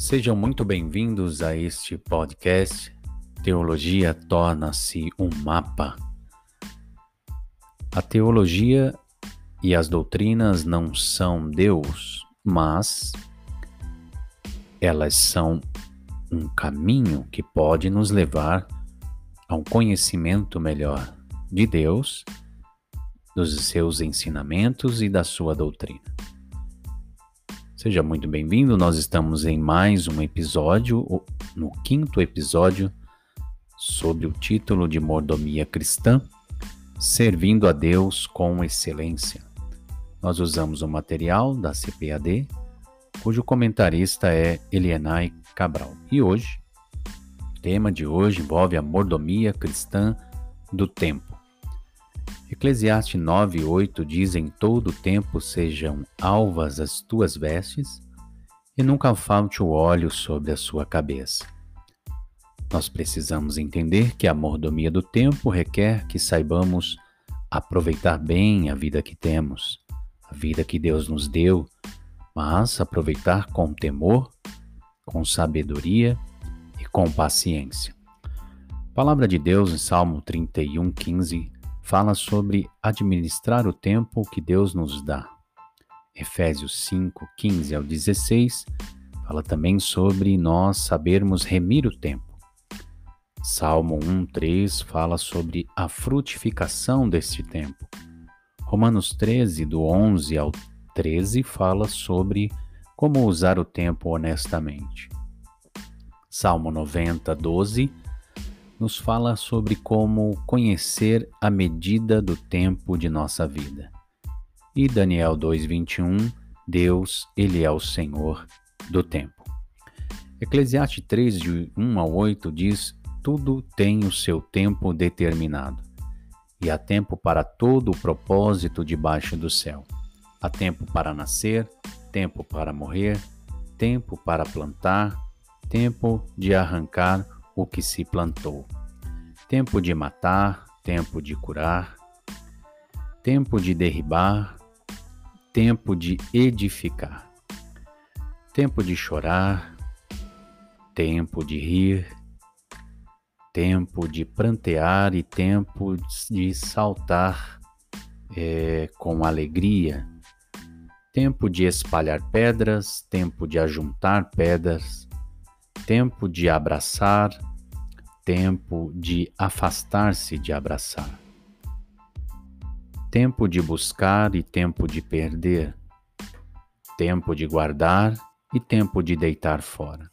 Sejam muito bem-vindos a este podcast. Teologia torna-se um mapa. A teologia e as doutrinas não são Deus, mas elas são um caminho que pode nos levar a um conhecimento melhor de Deus, dos seus ensinamentos e da sua doutrina. Seja muito bem-vindo, nós estamos em mais um episódio, no 5º episódio, sob o título de Mordomia Cristã, Servindo a Deus com Excelência. Nós usamos o material da CPAD, cujo comentarista é Elienay Cabral. E hoje, o tema de hoje envolve a mordomia cristã do tempo. Eclesiastes 9:8 diz: em todo tempo sejam alvas as tuas vestes, e nunca falte o óleo sobre a sua cabeça. Nós precisamos entender que a mordomia do tempo requer que saibamos aproveitar bem a vida que temos, a vida que Deus nos deu, mas aproveitar com temor, com sabedoria e com paciência. A palavra de Deus em Salmo 31:15 fala sobre administrar o tempo que Deus nos dá. Efésios 5:15 ao 16 fala também sobre nós sabermos remir o tempo. Salmo 1:3 fala sobre a frutificação deste tempo. Romanos 13, do 11 ao 13, fala sobre como usar o tempo honestamente. Salmo 90:12 nos fala sobre como conhecer a medida do tempo de nossa vida. E Daniel 2:21, Deus, Ele é o Senhor do tempo. Eclesiastes 3, de 1 ao 8 diz: tudo tem o seu tempo determinado, e há tempo para todo o propósito debaixo do céu. Há tempo para nascer, tempo para morrer, tempo para plantar, tempo de arrancar o que se plantou, tempo de matar, tempo de curar, tempo de derribar, tempo de edificar, tempo de chorar, tempo de rir, tempo de prantear e tempo de saltar com alegria, tempo de espalhar pedras, tempo de ajuntar pedras, tempo de abraçar, tempo de afastar-se de abraçar, tempo de buscar e tempo de perder, tempo de guardar e tempo de deitar fora,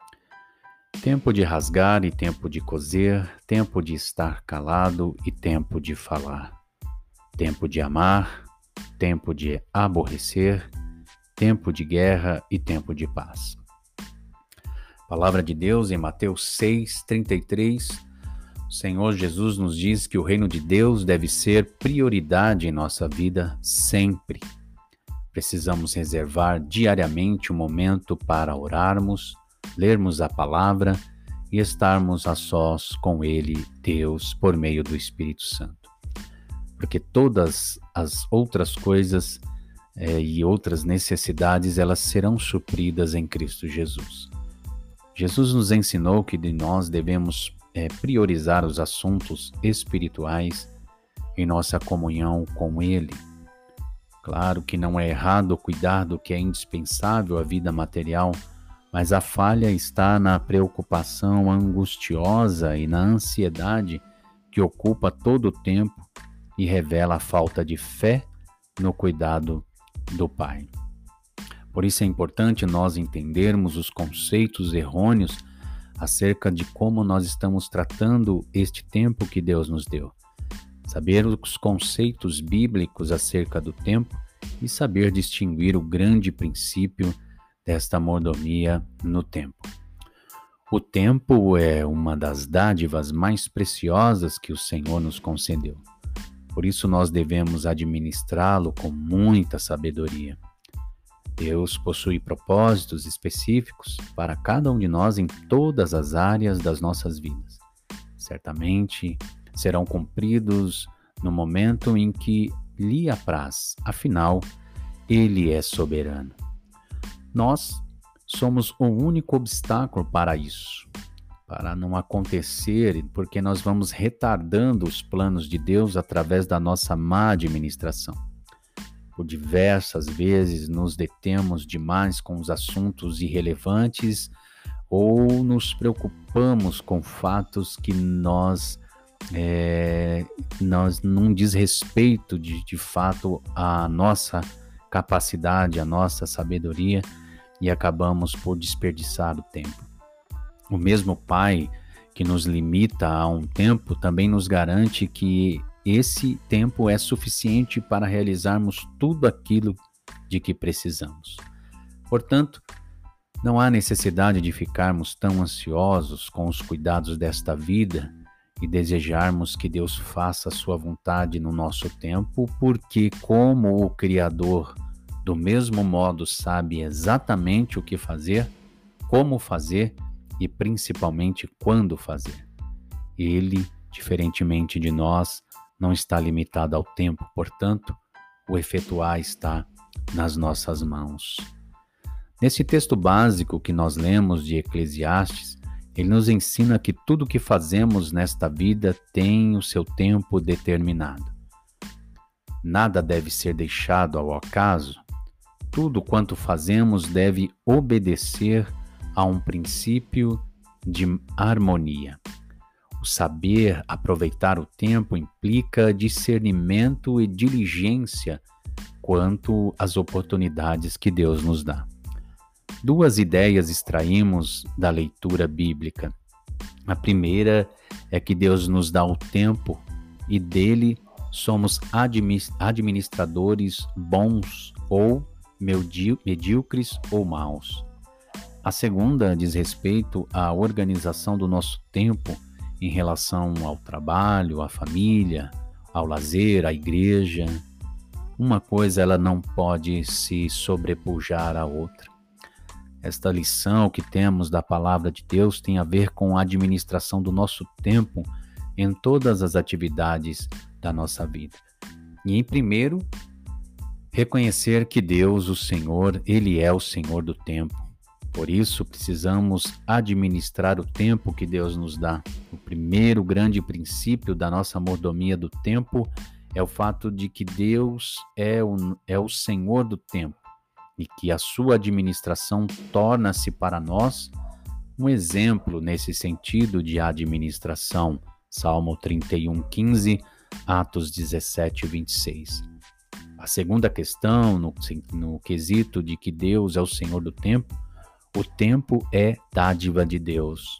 tempo de rasgar e tempo de coser, tempo de estar calado e tempo de falar, tempo de amar, tempo de aborrecer, tempo de guerra e tempo de paz. Palavra de Deus em Mateus 6:33, o Senhor Jesus nos diz que o reino de Deus deve ser prioridade em nossa vida sempre. Precisamos reservar diariamente um momento para orarmos, lermos a palavra e estarmos a sós com Ele, Deus, por meio do Espírito Santo. Porque todas as outras coisas e outras necessidades, elas serão supridas em Cristo Jesus. Jesus nos ensinou que nós devemos priorizar os assuntos espirituais em nossa comunhão com Ele. Claro que não é errado cuidar do que é indispensável à vida material, mas a falha está na preocupação angustiosa e na ansiedade que ocupa todo o tempo e revela a falta de fé no cuidado do Pai. Por isso é importante nós entendermos os conceitos errôneos acerca de como nós estamos tratando este tempo que Deus nos deu. Saber os conceitos bíblicos acerca do tempo e saber distinguir o grande princípio desta mordomia no tempo. O tempo é uma das dádivas mais preciosas que o Senhor nos concedeu. Por isso nós devemos administrá-lo com muita sabedoria. Deus possui propósitos específicos para cada um de nós em todas as áreas das nossas vidas. Certamente serão cumpridos no momento em que lhe apraz, afinal, Ele é soberano. Nós somos o único obstáculo para isso, para não acontecer, porque nós vamos retardando os planos de Deus através da nossa má administração. Por diversas vezes nos detemos demais com os assuntos irrelevantes ou nos preocupamos com fatos que nós não diz respeito de fato à nossa capacidade, à nossa sabedoria, e acabamos por desperdiçar o tempo. O mesmo Pai que nos limita a um tempo também nos garante que esse tempo é suficiente para realizarmos tudo aquilo de que precisamos. Portanto, não há necessidade de ficarmos tão ansiosos com os cuidados desta vida e desejarmos que Deus faça a sua vontade no nosso tempo, porque como o Criador do mesmo modo sabe exatamente o que fazer, como fazer e principalmente quando fazer. Ele, diferentemente de nós, não está limitado ao tempo, portanto, o efetuar está nas nossas mãos. Nesse texto básico que nós lemos de Eclesiastes, ele nos ensina que tudo o que fazemos nesta vida tem o seu tempo determinado. Nada deve ser deixado ao acaso. Tudo quanto fazemos deve obedecer a um princípio de harmonia. O saber aproveitar o tempo implica discernimento e diligência quanto às oportunidades que Deus nos dá. Duas ideias extraímos da leitura bíblica. A primeira é que Deus nos dá o tempo e dele somos administradores bons ou medíocres ou maus. A segunda diz respeito à organização do nosso tempo em relação ao trabalho, à família, ao lazer, à igreja. Uma coisa ela não pode se sobrepujar à outra. Esta lição que temos da palavra de Deus tem a ver com a administração do nosso tempo em todas as atividades da nossa vida. E em primeiro, reconhecer que Deus, o Senhor, Ele é o Senhor do tempo. Por isso, precisamos administrar o tempo que Deus nos dá. O primeiro grande princípio da nossa mordomia do tempo é o fato de que Deus é o Senhor do tempo e que a sua administração torna-se para nós um exemplo nesse sentido de administração. Salmo 31:15, Atos 17:26. A segunda questão, no quesito de que Deus é o Senhor do tempo, o tempo é dádiva de Deus.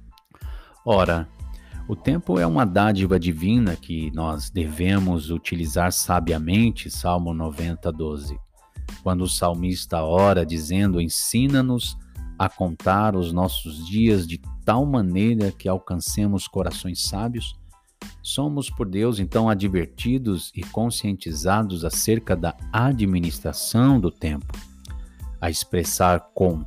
Ora, o tempo é uma dádiva divina que nós devemos utilizar sabiamente, Salmo 90:12. Quando o salmista ora dizendo: ensina-nos a contar os nossos dias de tal maneira que alcancemos corações sábios, somos por Deus então advertidos e conscientizados acerca da administração do tempo. A expressão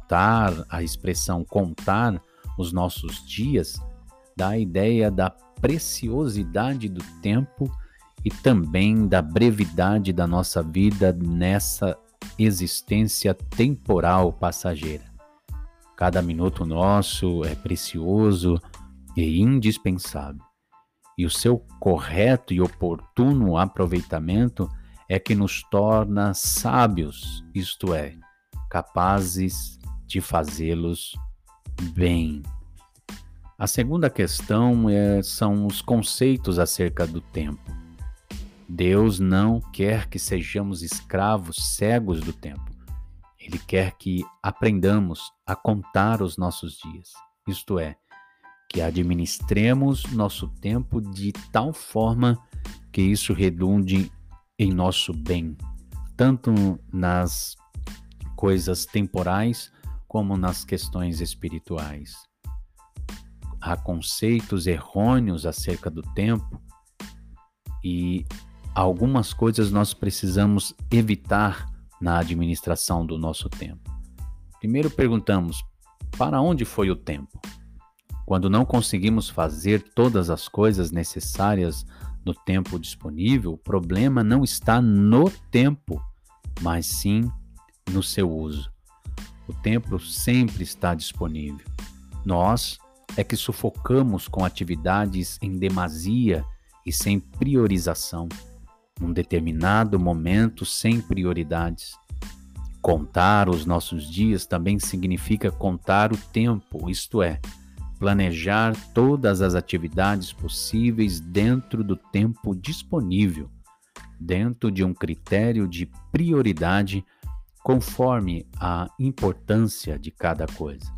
contar os nossos dias dá a ideia da preciosidade do tempo e também da brevidade da nossa vida nessa existência temporal passageira. Cada minuto nosso é precioso e indispensável, e o seu correto e oportuno aproveitamento é que nos torna sábios, isto é, capazes de fazê-los bem. A segunda questão são os conceitos acerca do tempo. Deus não quer que sejamos escravos cegos do tempo. Ele quer que aprendamos a contar os nossos dias, isto é, que administremos nosso tempo de tal forma que isso redunde em nosso bem, tanto nas coisas temporais como nas questões espirituais. Há conceitos errôneos acerca do tempo e algumas coisas nós precisamos evitar na administração do nosso tempo. Primeiro perguntamos: para onde foi o tempo? Quando não conseguimos fazer todas as coisas necessárias no tempo disponível, o problema não está no tempo, mas sim no seu uso. O tempo sempre está disponível. Nós é que sufocamos com atividades em demasia e sem priorização, num determinado momento sem prioridades. Contar os nossos dias também significa contar o tempo, isto é, planejar todas as atividades possíveis dentro do tempo disponível, dentro de um critério de prioridade conforme a importância de cada coisa.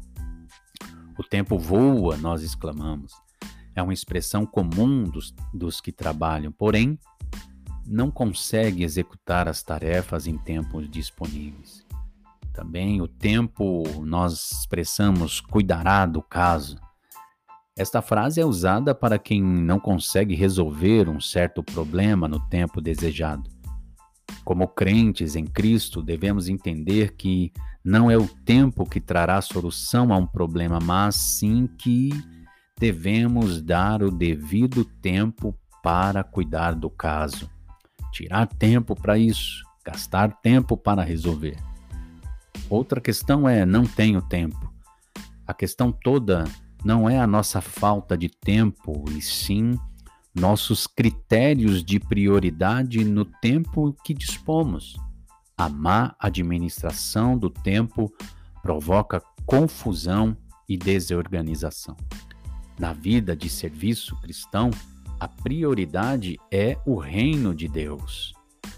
O tempo voa, nós exclamamos. É uma expressão comum dos que trabalham, porém, não consegue executar as tarefas em tempos disponíveis. Também o tempo nós expressamos cuidará do caso. Esta frase é usada para quem não consegue resolver um certo problema no tempo desejado. Como crentes em Cristo, devemos entender que não é o tempo que trará solução a um problema, mas sim que devemos dar o devido tempo para cuidar do caso. Tirar tempo para isso, gastar tempo para resolver. Outra questão é: não tenho tempo. A questão toda não é a nossa falta de tempo, e sim nossos critérios de prioridade no tempo que dispomos. A má administração do tempo provoca confusão e desorganização. Na vida de serviço cristão, a prioridade é o reino de Deus.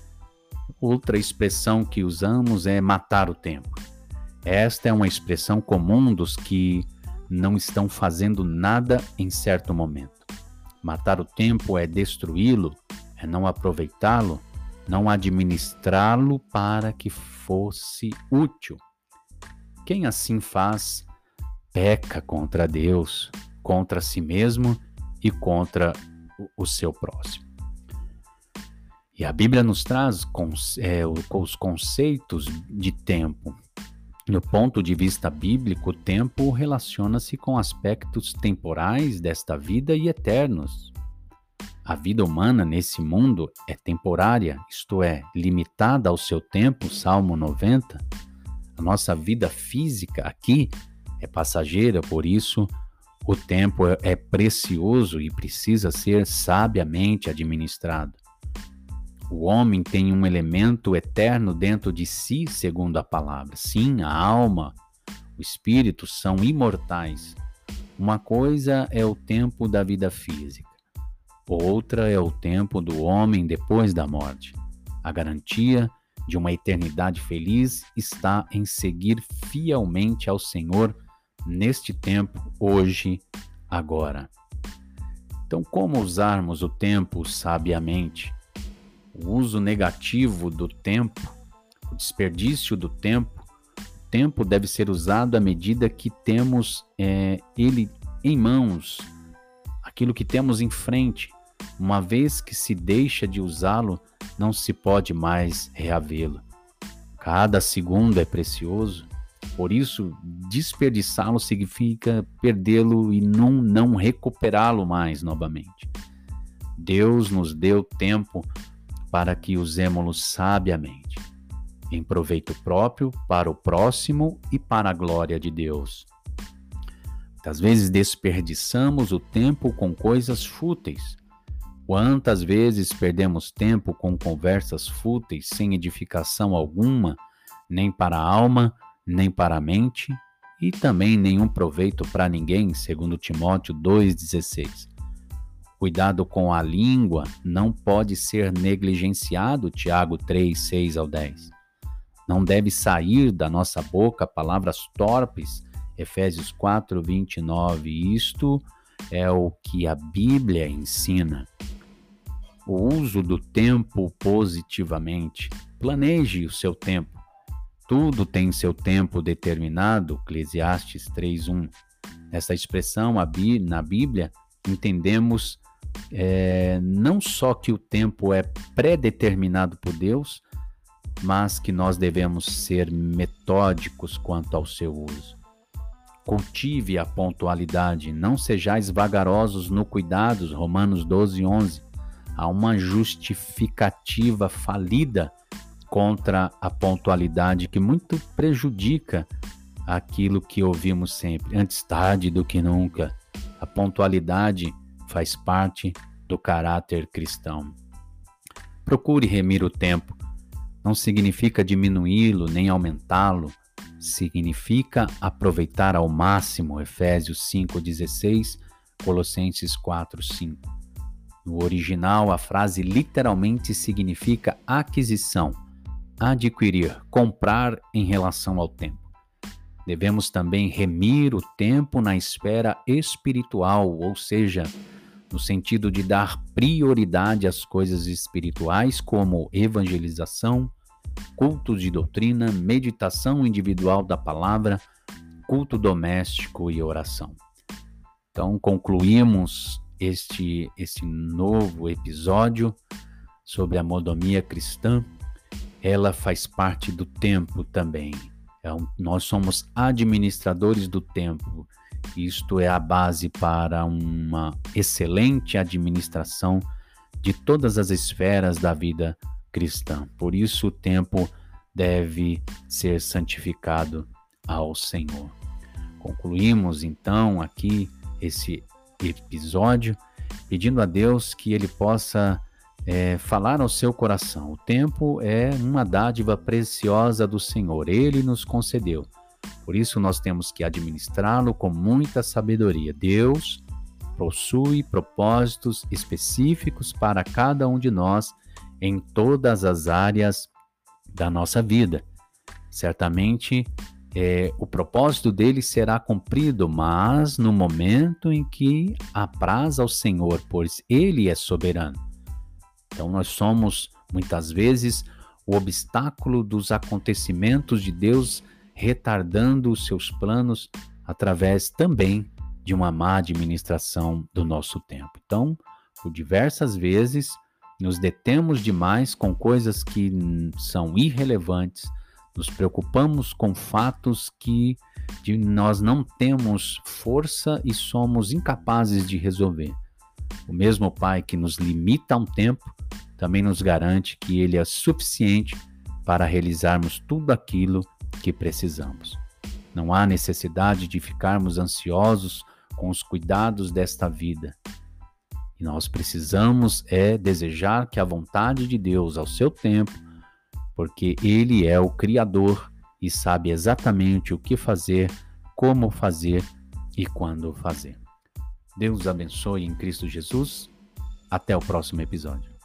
Outra expressão que usamos é matar o tempo. Esta é uma expressão comum dos que não estão fazendo nada em certo momento. Matar o tempo é destruí-lo, é não aproveitá-lo, não administrá-lo para que fosse útil. Quem assim faz, peca contra Deus, contra si mesmo e contra o seu próximo. E a Bíblia nos traz os conceitos de tempo. Do ponto de vista bíblico, o tempo relaciona-se com aspectos temporais desta vida e eternos. A vida humana nesse mundo é temporária, isto é, limitada ao seu tempo, Salmo 90. A nossa vida física aqui é passageira, por isso o tempo é precioso e precisa ser sabiamente administrado. O homem tem um elemento eterno dentro de si, segundo a palavra. Sim, a alma, o espírito são imortais. Uma coisa é o tempo da vida física, outra é o tempo do homem depois da morte. A garantia de uma eternidade feliz está em seguir fielmente ao Senhor neste tempo, hoje, agora. Então, como usarmos o tempo sabiamente? O uso negativo do tempo, o desperdício do tempo. O tempo deve ser usado à medida que temos ele em mãos, aquilo que temos em frente. Uma vez que se deixa de usá-lo, não se pode mais reavê-lo. Cada segundo é precioso, por isso desperdiçá-lo significa perdê-lo e não recuperá-lo mais novamente. Deus nos deu tempo para que usemos-lo sabiamente, em proveito próprio, para o próximo e para a glória de Deus. Muitas vezes desperdiçamos o tempo com coisas fúteis. Quantas vezes perdemos tempo com conversas fúteis, sem edificação alguma, nem para a alma, nem para a mente, e também nenhum proveito para ninguém, segundo Timóteo 2,16. Cuidado com a língua não pode ser negligenciado, Tiago 3, 6 ao 10. Não deve sair da nossa boca palavras torpes, Efésios 4, 29. Isto é o que a Bíblia ensina. O uso do tempo positivamente. Planeje o seu tempo. Tudo tem seu tempo determinado, Eclesiastes 3:1. Essa expressão na Bíblia entendemos não só que o tempo é pré-determinado por Deus, mas que nós devemos ser metódicos quanto ao seu uso. Cultive a pontualidade, não sejais vagarosos no cuidado, Romanos 12:11. Há uma justificativa falida contra a pontualidade que muito prejudica aquilo que ouvimos sempre: antes tarde do que nunca. A pontualidade faz parte do caráter cristão. Procure remir o tempo. Não significa diminuí-lo nem aumentá-lo. Significa aproveitar ao máximo. Efésios 5:16, Colossenses 4:5. No original, a frase literalmente significa aquisição, adquirir, comprar em relação ao tempo. Devemos também remir o tempo na esfera espiritual, ou seja, no sentido de dar prioridade às coisas espirituais, como evangelização, cultos de doutrina, meditação individual da palavra, culto doméstico e oração. Então, concluímos este novo episódio sobre a mordomia cristã. Ela faz parte do tempo também. Nós somos administradores do tempo. Isto é a base para uma excelente administração de todas as esferas da vida cristã. Por isso, o tempo deve ser santificado ao Senhor. Concluímos, então, aqui esse episódio, pedindo a Deus que Ele possa falar ao seu coração. O tempo é uma dádiva preciosa do Senhor. Ele nos concedeu. Por isso, nós temos que administrá-lo com muita sabedoria. Deus possui propósitos específicos para cada um de nós em todas as áreas da nossa vida. Certamente, o propósito dele será cumprido, mas no momento em que apraz ao Senhor, pois Ele é soberano. Então, nós somos, muitas vezes, o obstáculo dos acontecimentos de Deus, retardando os seus planos através também de uma má administração do nosso tempo. Então, por diversas vezes, nos detemos demais com coisas que são irrelevantes, nos preocupamos com fatos que nós não temos força e somos incapazes de resolver. O mesmo Pai que nos limita a um tempo, também nos garante que Ele é suficiente para realizarmos tudo aquilo que precisamos. Não há necessidade de ficarmos ansiosos com os cuidados desta vida. E nós precisamos desejar que a vontade de Deus ao seu tempo, porque Ele é o Criador e sabe exatamente o que fazer, como fazer e quando fazer. Deus abençoe em Cristo Jesus. Até o próximo episódio.